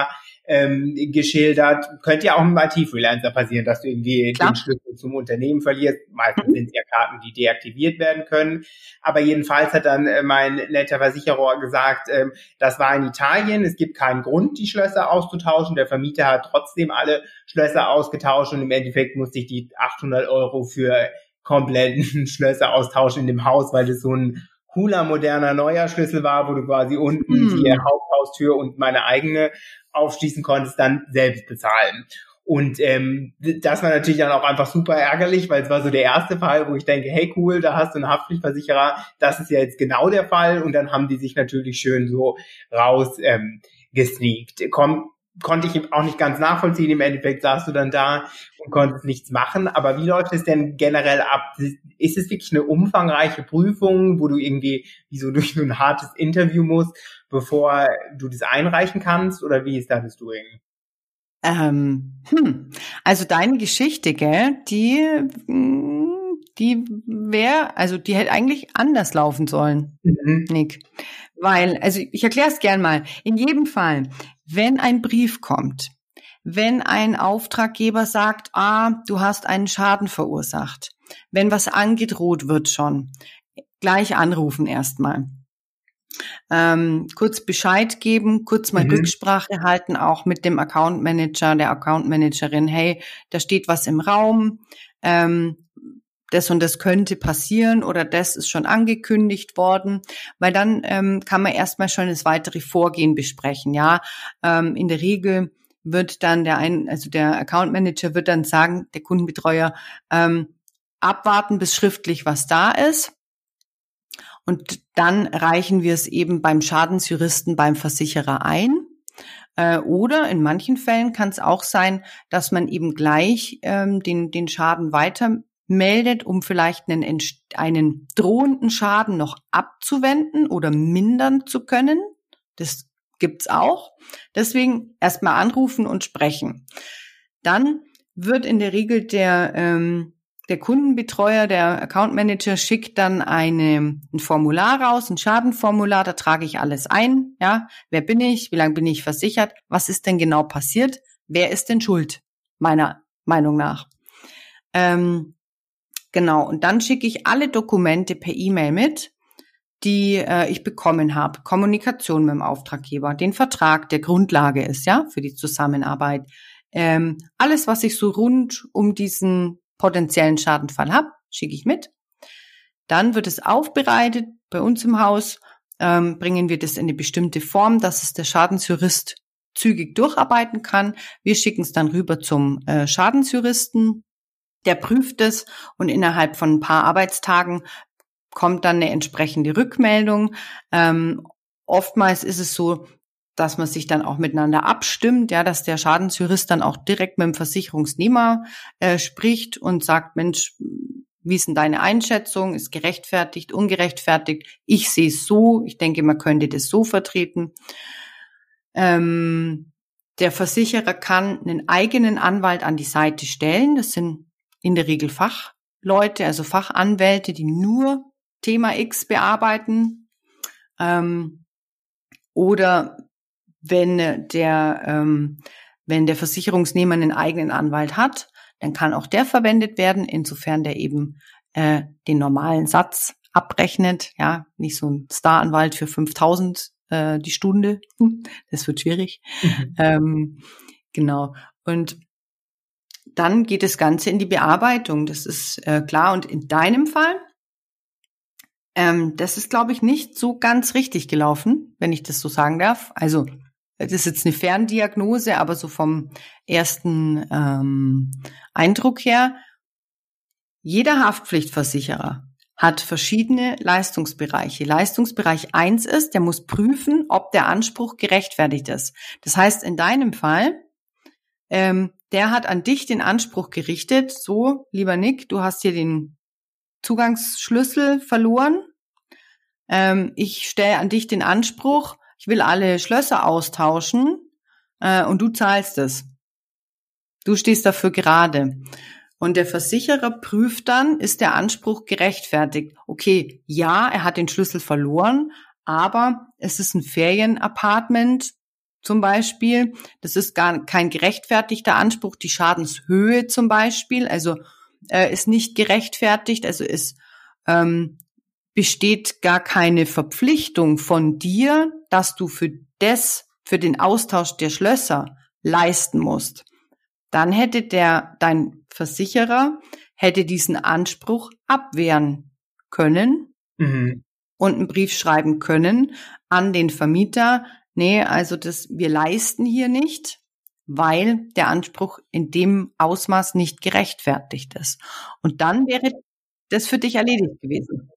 ähm, geschildert. Könnte ja auch im I T-Freelancer passieren, dass du irgendwie Klar. den Schlüssel zum Unternehmen verlierst. Meistens sind es ja Karten, die deaktiviert werden können. Aber jedenfalls hat dann äh, mein netter Versicherer gesagt, äh, das war in Italien, es gibt keinen Grund, die Schlösser auszutauschen. Der Vermieter hat trotzdem alle Schlösser ausgetauscht und im Endeffekt musste ich die achthundert Euro für kompletten Schlösser austauschen in dem Haus, weil das so ein cooler, moderner, neuer Schlüssel war, wo du quasi unten hm. die Haupthaustür und meine eigene aufschließen konntest, dann selbst bezahlen. Und ähm, das war natürlich dann auch einfach super ärgerlich, weil es war so der erste Fall, wo ich denke, hey cool, da hast du einen Haftpflichtversicherer, das ist ja jetzt genau der Fall. Und dann haben die sich natürlich schön so raus ähm, gesneakt. Komm, konnte ich auch nicht ganz nachvollziehen. Im Endeffekt saßt du dann da und konntest nichts machen. Aber wie läuft es denn generell ab? Ist es wirklich eine umfangreiche Prüfung, wo du irgendwie wie so durch so ein hartes Interview musst, bevor du das einreichen kannst? Oder wie ist da das Doing? Ähm, hm. Also deine Geschichte, gell, die, die wäre, also die hätte eigentlich anders laufen sollen, mhm. Nick. Weil, also ich erkläre es gern mal. In jedem Fall, wenn ein Brief kommt, wenn ein Auftraggeber sagt, ah, du hast einen Schaden verursacht, wenn was angedroht wird schon, gleich anrufen erstmal. Ähm, kurz Bescheid geben, kurz mal mhm. Rücksprache halten, auch mit dem Account Manager, der Account Managerin, hey, da steht was im Raum, ähm, das und das könnte passieren oder das ist schon angekündigt worden, weil dann ähm, kann man erstmal schon das weitere Vorgehen besprechen. Ja, ähm, in der Regel wird dann der ein, also der Account Manager wird dann sagen, der Kundenbetreuer, ähm, abwarten, bis schriftlich was da ist. Und dann reichen wir es eben beim Schadensjuristen, beim Versicherer ein. Äh, oder in manchen Fällen kann es auch sein, dass man eben gleich ähm, den, den Schaden weiter meldet, um vielleicht einen, einen drohenden Schaden noch abzuwenden oder mindern zu können. Das gibt's auch. Deswegen erstmal anrufen und sprechen. Dann wird in der Regel der, ähm, der Kundenbetreuer, der Account Manager schickt dann eine, ein Formular raus, ein Schadenformular, da trage ich alles ein. Ja, wer bin ich? Wie lange bin ich versichert? Was ist denn genau passiert? Wer ist denn schuld? Meiner Meinung nach. Ähm, Genau, und dann schicke ich alle Dokumente per E-Mail mit, die äh, ich bekommen habe. Kommunikation mit dem Auftraggeber, den Vertrag, der Grundlage ist, ja, für die Zusammenarbeit. Ähm, alles, was ich so rund um diesen potenziellen Schadenfall habe, schicke ich mit. Dann wird es aufbereitet bei uns im Haus, ähm, bringen wir das in eine bestimmte Form, dass es der Schadensjurist zügig durcharbeiten kann. Wir schicken es dann rüber zum äh, Schadensjuristen. Der prüft es und innerhalb von ein paar Arbeitstagen kommt dann eine entsprechende Rückmeldung. Ähm, oftmals ist es so, dass man sich dann auch miteinander abstimmt, ja, dass der Schadensjurist dann auch direkt mit dem Versicherungsnehmer äh, spricht und sagt, Mensch, wie ist denn deine Einschätzung? Ist gerechtfertigt, ungerechtfertigt? Ich sehe es so. Ich denke, man könnte das so vertreten. Ähm, der Versicherer kann einen eigenen Anwalt an die Seite stellen. Das sind in der Regel Fachleute, also Fachanwälte, die nur Thema X bearbeiten. Ähm, oder wenn der, ähm, wenn der Versicherungsnehmer einen eigenen Anwalt hat, dann kann auch der verwendet werden, insofern der eben äh, den normalen Satz abrechnet. Ja, nicht so ein Staranwalt für fünftausend äh, die Stunde. Das wird schwierig. Mhm. Ähm, genau. Und dann geht das Ganze in die Bearbeitung. Das ist äh, klar. Und in deinem Fall, ähm, das ist, glaube ich, nicht so ganz richtig gelaufen, wenn ich das so sagen darf. Also das ist jetzt eine Ferndiagnose, aber so vom ersten ähm, Eindruck her, jeder Haftpflichtversicherer hat verschiedene Leistungsbereiche. Leistungsbereich eins ist, der muss prüfen, ob der Anspruch gerechtfertigt ist. Das heißt, in deinem Fall, ähm, der hat an dich den Anspruch gerichtet, so, lieber Nick, du hast hier den Zugangsschlüssel verloren. Ähm, ich stelle an dich den Anspruch, ich will alle Schlösser austauschen äh, und du zahlst es. Du stehst dafür gerade. Und der Versicherer prüft dann, ist der Anspruch gerechtfertigt? Okay, ja, er hat den Schlüssel verloren, aber es ist ein Ferienapartment zum Beispiel. Das ist gar kein gerechtfertigter Anspruch. Die Schadenshöhe zum Beispiel, also äh, ist nicht gerechtfertigt. Also es ähm, besteht gar keine Verpflichtung von dir, dass du für das, für den Austausch der Schlösser leisten musst. Dann hätte der, dein Versicherer, hätte diesen Anspruch abwehren können mhm. und einen Brief schreiben können an den Vermieter. Nee, also das, wir leisten hier nicht, weil der Anspruch in dem Ausmaß nicht gerechtfertigt ist. Und dann wäre das für dich erledigt gewesen.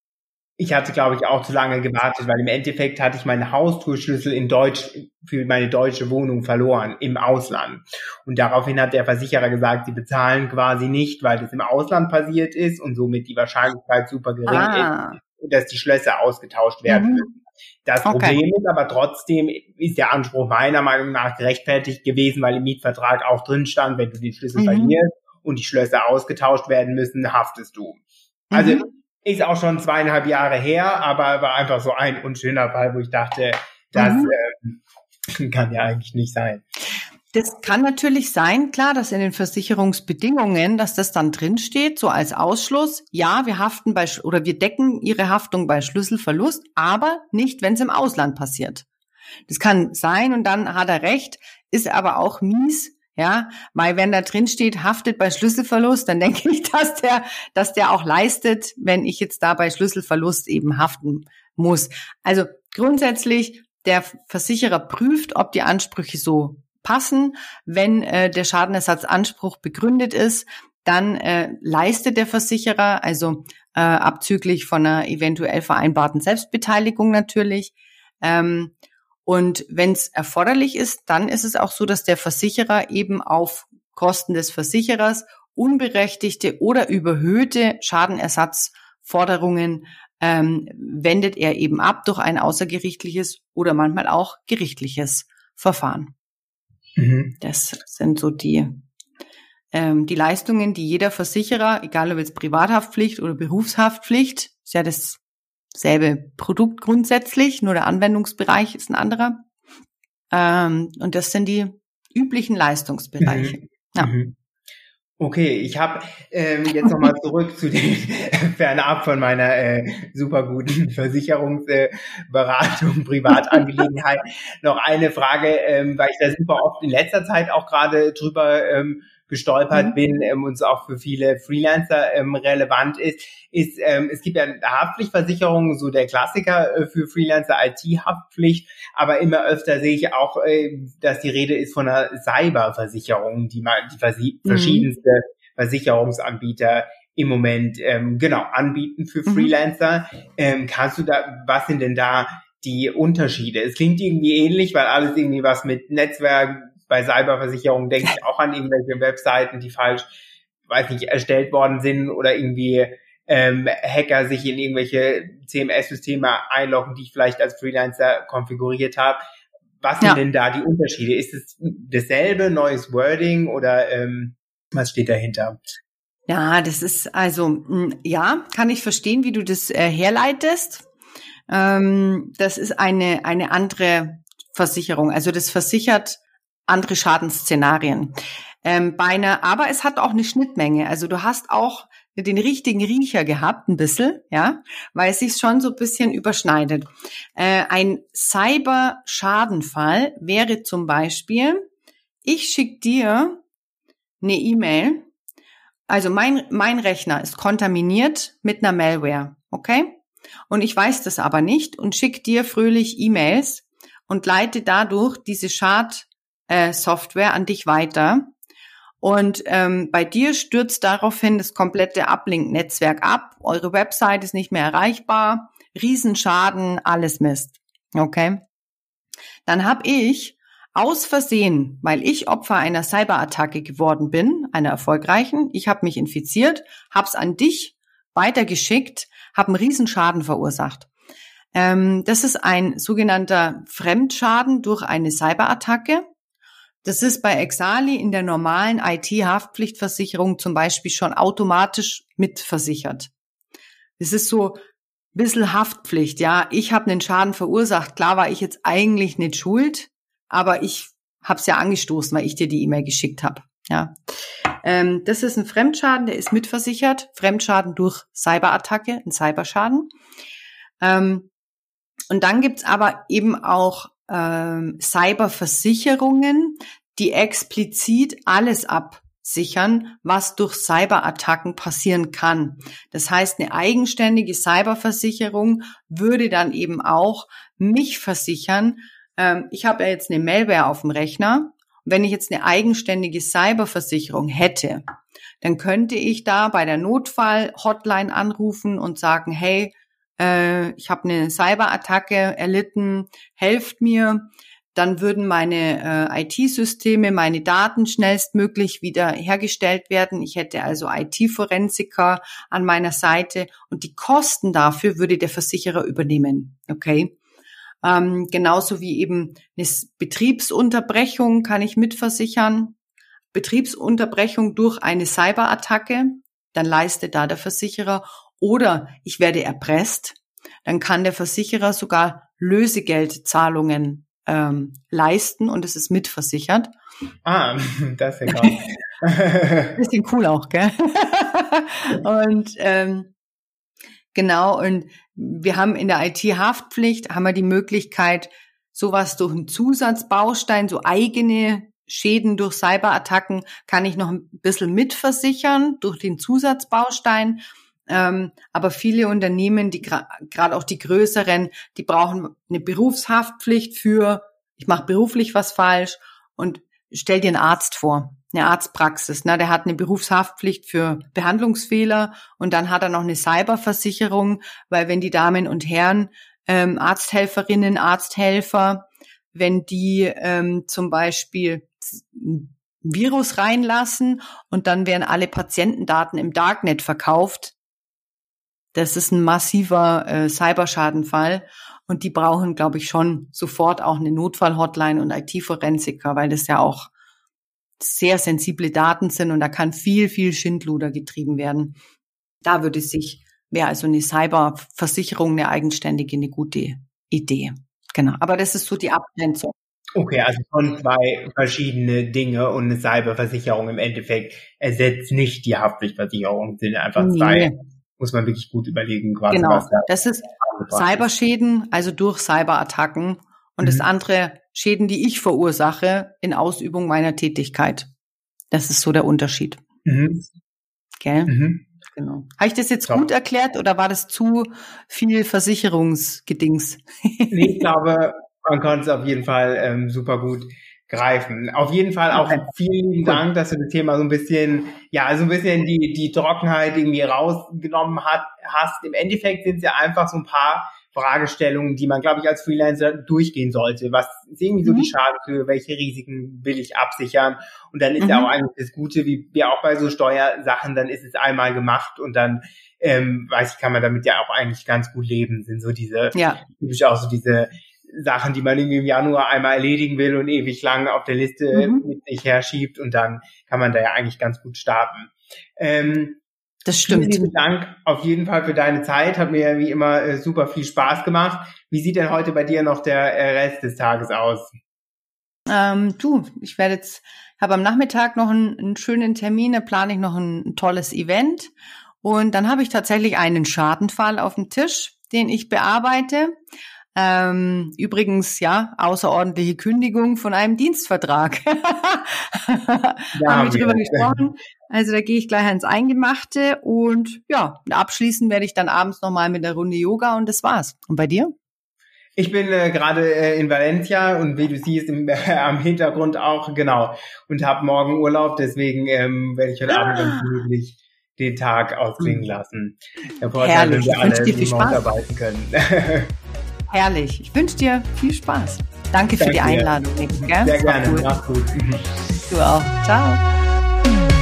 Ich hatte, glaube ich, auch zu lange gewartet, weil im Endeffekt hatte ich meine Haustürschlüssel in Deutsch für meine deutsche Wohnung verloren im Ausland. Und daraufhin hat der Versicherer gesagt, sie bezahlen quasi nicht, weil das im Ausland passiert ist und somit die Wahrscheinlichkeit super gering ah. ist, dass die Schlösser ausgetauscht werden müssen. Mhm. Das okay. Problem ist aber trotzdem, ist der Anspruch meiner Meinung nach gerechtfertigt gewesen, weil im Mietvertrag auch drin stand, wenn du den Schlüssel mhm. verlierst und die Schlösser ausgetauscht werden müssen, haftest du. Mhm. Also ist auch schon zweieinhalb Jahre her, aber war einfach so ein unschöner Fall, wo ich dachte, das mhm. ähm, kann ja eigentlich nicht sein. Das kann natürlich sein, klar, dass in den Versicherungsbedingungen, dass das dann drinsteht, so als Ausschluss, ja, wir haften bei, oder wir decken Ihre Haftung bei Schlüsselverlust, aber nicht, wenn es im Ausland passiert. Das kann sein und dann hat er recht, ist aber auch mies, ja, weil wenn da drin steht, haftet bei Schlüsselverlust, dann denke ich, dass der, dass der auch leistet, wenn ich jetzt da bei Schlüsselverlust eben haften muss. Also grundsätzlich, der Versicherer prüft, ob die Ansprüche so passen. Wenn äh, der Schadenersatzanspruch begründet ist, dann äh, leistet der Versicherer, also äh, abzüglich von einer eventuell vereinbarten Selbstbeteiligung natürlich. Ähm, Und wenn es erforderlich ist, dann ist es auch so, dass der Versicherer eben auf Kosten des Versicherers unberechtigte oder überhöhte Schadenersatzforderungen ähm, wendet er eben ab durch ein außergerichtliches oder manchmal auch gerichtliches Verfahren. Mhm. Das sind so die ähm, die Leistungen, die jeder Versicherer, egal ob jetzt Privathaftpflicht oder Berufshaftpflicht, ist ja das selbe Produkt grundsätzlich, nur der Anwendungsbereich ist ein anderer. Ähm, und das sind die üblichen Leistungsbereiche. Mhm. Ja. Mhm. Okay, ich habe ähm, jetzt nochmal zurück zu den, fernab von meiner äh, super guten Versicherungsberatung, äh, Privatangelegenheit, noch eine Frage, ähm, weil ich da super oft in letzter Zeit auch gerade drüber ähm, gestolpert mhm. bin ähm, und es auch für viele Freelancer ähm, relevant ist, ist, ähm, es gibt ja Haftpflichtversicherungen, so der Klassiker äh, für Freelancer, I T-Haftpflicht, aber immer öfter sehe ich auch, äh, dass die Rede ist von einer Cyberversicherung, die mal die vers- mhm. verschiedenste Versicherungsanbieter im Moment ähm, genau anbieten für Freelancer. Mhm. Ähm, kannst du da, was sind denn da die Unterschiede? Es klingt irgendwie ähnlich, weil alles irgendwie was mit Netzwerk. Bei Cyberversicherungen denke ich auch an irgendwelche Webseiten, die falsch, weiß nicht, erstellt worden sind oder irgendwie ähm, Hacker sich in irgendwelche C M S-Systeme einloggen, die ich vielleicht als Freelancer konfiguriert habe. Was sind ja. denn da die Unterschiede? Ist es dasselbe, neues Wording oder ähm, was steht dahinter? Ja, das ist also, ja, kann ich verstehen, wie du das äh, herleitest. Ähm, das ist eine eine andere Versicherung. Also das versichert andere Schadensszenarien. Ähm, bei einer, aber es hat auch eine Schnittmenge. Also du hast auch den richtigen Riecher gehabt, ein bisschen, ja, weil es sich schon so ein bisschen überschneidet. Äh, ein Cyber-Schadenfall wäre zum Beispiel, ich schicke dir eine E-Mail, also mein, mein Rechner ist kontaminiert mit einer Malware, okay? Und ich weiß das aber nicht und schicke dir fröhlich E-Mails und leite dadurch diese Schad Äh, Software an dich weiter und ähm, bei dir stürzt daraufhin das komplette Uplink-Netzwerk ab, eure Website ist nicht mehr erreichbar, Riesenschaden, alles Mist, okay? Dann habe ich aus Versehen, weil ich Opfer einer Cyberattacke geworden bin, einer erfolgreichen, ich habe mich infiziert, habe es an dich weitergeschickt, habe einen Riesenschaden verursacht. Ähm, das ist ein sogenannter Fremdschaden durch eine Cyberattacke. Das ist bei Exali in der normalen I T-Haftpflichtversicherung zum Beispiel schon automatisch mitversichert. Das ist so ein bisschen Haftpflicht, ja. Ich habe einen Schaden verursacht. Klar war ich jetzt eigentlich nicht schuld, aber ich habe es ja angestoßen, weil ich dir die E-Mail geschickt habe. Ja, ähm, das ist ein Fremdschaden, der ist mitversichert. Fremdschaden durch Cyberattacke, ein Cyberschaden. Ähm, und dann gibt's aber eben auch ähm, Cyberversicherungen, die explizit alles absichern, was durch Cyberattacken passieren kann. Das heißt, eine eigenständige Cyberversicherung würde dann eben auch mich versichern. Ähm, ich habe ja jetzt eine Malware auf dem Rechner. Wenn ich jetzt eine eigenständige Cyberversicherung hätte, dann könnte ich da bei der Notfall-Hotline anrufen und sagen, hey, äh, ich habe eine Cyberattacke erlitten, helft mir. Dann würden meine äh, I T-Systeme, meine Daten schnellstmöglich wieder hergestellt werden. Ich hätte also I T-Forensiker an meiner Seite und die Kosten dafür würde der Versicherer übernehmen. Okay. Ähm, genauso wie eben eine Betriebsunterbrechung kann ich mitversichern. Betriebsunterbrechung durch eine Cyberattacke, dann leistet da der Versicherer. Oder ich werde erpresst, dann kann der Versicherer sogar Lösegeldzahlungen ähm, leisten und es ist mitversichert. Ah, das ist ja krass. Bisschen cool auch, gell? Und ähm, genau, und wir haben in der I T-Haftpflicht, haben wir die Möglichkeit, sowas durch einen Zusatzbaustein, so eigene Schäden durch Cyberattacken, kann ich noch ein bisschen mitversichern durch den Zusatzbaustein. Ähm, aber viele Unternehmen, die gerade gra- auch die größeren, die brauchen eine Berufshaftpflicht für, ich mache beruflich was falsch und stell dir einen Arzt vor. Eine Arztpraxis, ne, der hat eine Berufshaftpflicht für Behandlungsfehler und dann hat er noch eine Cyberversicherung, weil wenn die Damen und Herren, ähm, Arzthelferinnen, Arzthelfer, wenn die ähm, zum Beispiel ein Virus reinlassen und dann werden alle Patientendaten im Darknet verkauft, das ist ein massiver äh, Cyberschadenfall und die brauchen, glaube ich, schon sofort auch eine Notfall-Hotline und I T-Forensiker, weil das ja auch sehr sensible Daten sind und da kann viel, viel Schindluder getrieben werden. Da würde sich, wäre also eine Cyberversicherung, eine eigenständige, eine gute Idee. Genau. Aber das ist so die Abgrenzung. Okay, also schon zwei verschiedene Dinge und eine Cyberversicherung im Endeffekt ersetzt nicht die Haftpflichtversicherung, sind einfach zwei. Nee. Muss man wirklich gut überlegen, quasi, genau. was da das ist Cyberschäden, also durch Cyberattacken und mhm. das andere Schäden, die ich verursache in Ausübung meiner Tätigkeit. Das ist so der Unterschied. Mhm. Gell? Mhm. Genau. Habe ich das jetzt ja. gut erklärt oder war das zu viel Versicherungsgedings? Nee, ich glaube, man konnte es auf jeden Fall ähm, super gut greifen. Auf jeden Fall auch okay. vielen lieben Dank, dass du das Thema so ein bisschen, ja, so ein bisschen die die Trockenheit irgendwie rausgenommen hat, hast. Im Endeffekt sind es ja einfach so ein paar Fragestellungen, die man, glaube ich, als Freelancer durchgehen sollte. Was ist irgendwie so mhm. die Schadenhöhe? Welche Risiken will ich absichern? Und dann ist mhm. ja auch eigentlich das Gute, wie wir auch bei so Steuersachen, dann ist es einmal gemacht und dann, ähm, weiß ich, kann man damit ja auch eigentlich ganz gut leben. Sind so diese, ja. typisch auch so diese Sachen, die man irgendwie im Januar einmal erledigen will und ewig lang auf der Liste mhm. mit sich herschiebt und dann kann man da ja eigentlich ganz gut starten. Ähm, das stimmt. Vielen lieben Dank auf jeden Fall für deine Zeit. Hat mir ja wie immer äh, super viel Spaß gemacht. Wie sieht denn heute bei dir noch der äh, Rest des Tages aus? Ähm, du, ich werde jetzt, habe am Nachmittag noch einen, einen schönen Termin, da plane ich noch ein, ein tolles Event und dann habe ich tatsächlich einen Schadenfall auf dem Tisch, den ich bearbeite. Ähm, übrigens, ja, außerordentliche Kündigung von einem Dienstvertrag. Ja, haben wir drüber gesprochen. Also da gehe ich gleich ans Eingemachte und ja, abschließend werde ich dann abends nochmal mit einer Runde Yoga und das war's. Und bei dir? Ich bin äh, gerade äh, in Valencia und wie du siehst im, äh, am Hintergrund auch, genau, und habe morgen Urlaub, deswegen ähm, werde ich heute ah. Abend ganz gemütlich den Tag ausklingen lassen. Der Vorteil, herrlich, wenn wir alle viel Spaß arbeiten können. Herrlich. Ich wünsche dir viel Spaß. Danke für Danke die Einladung, Nick. Gell? Sehr gerne. Cool. Mach's gut. Du auch. Ciao.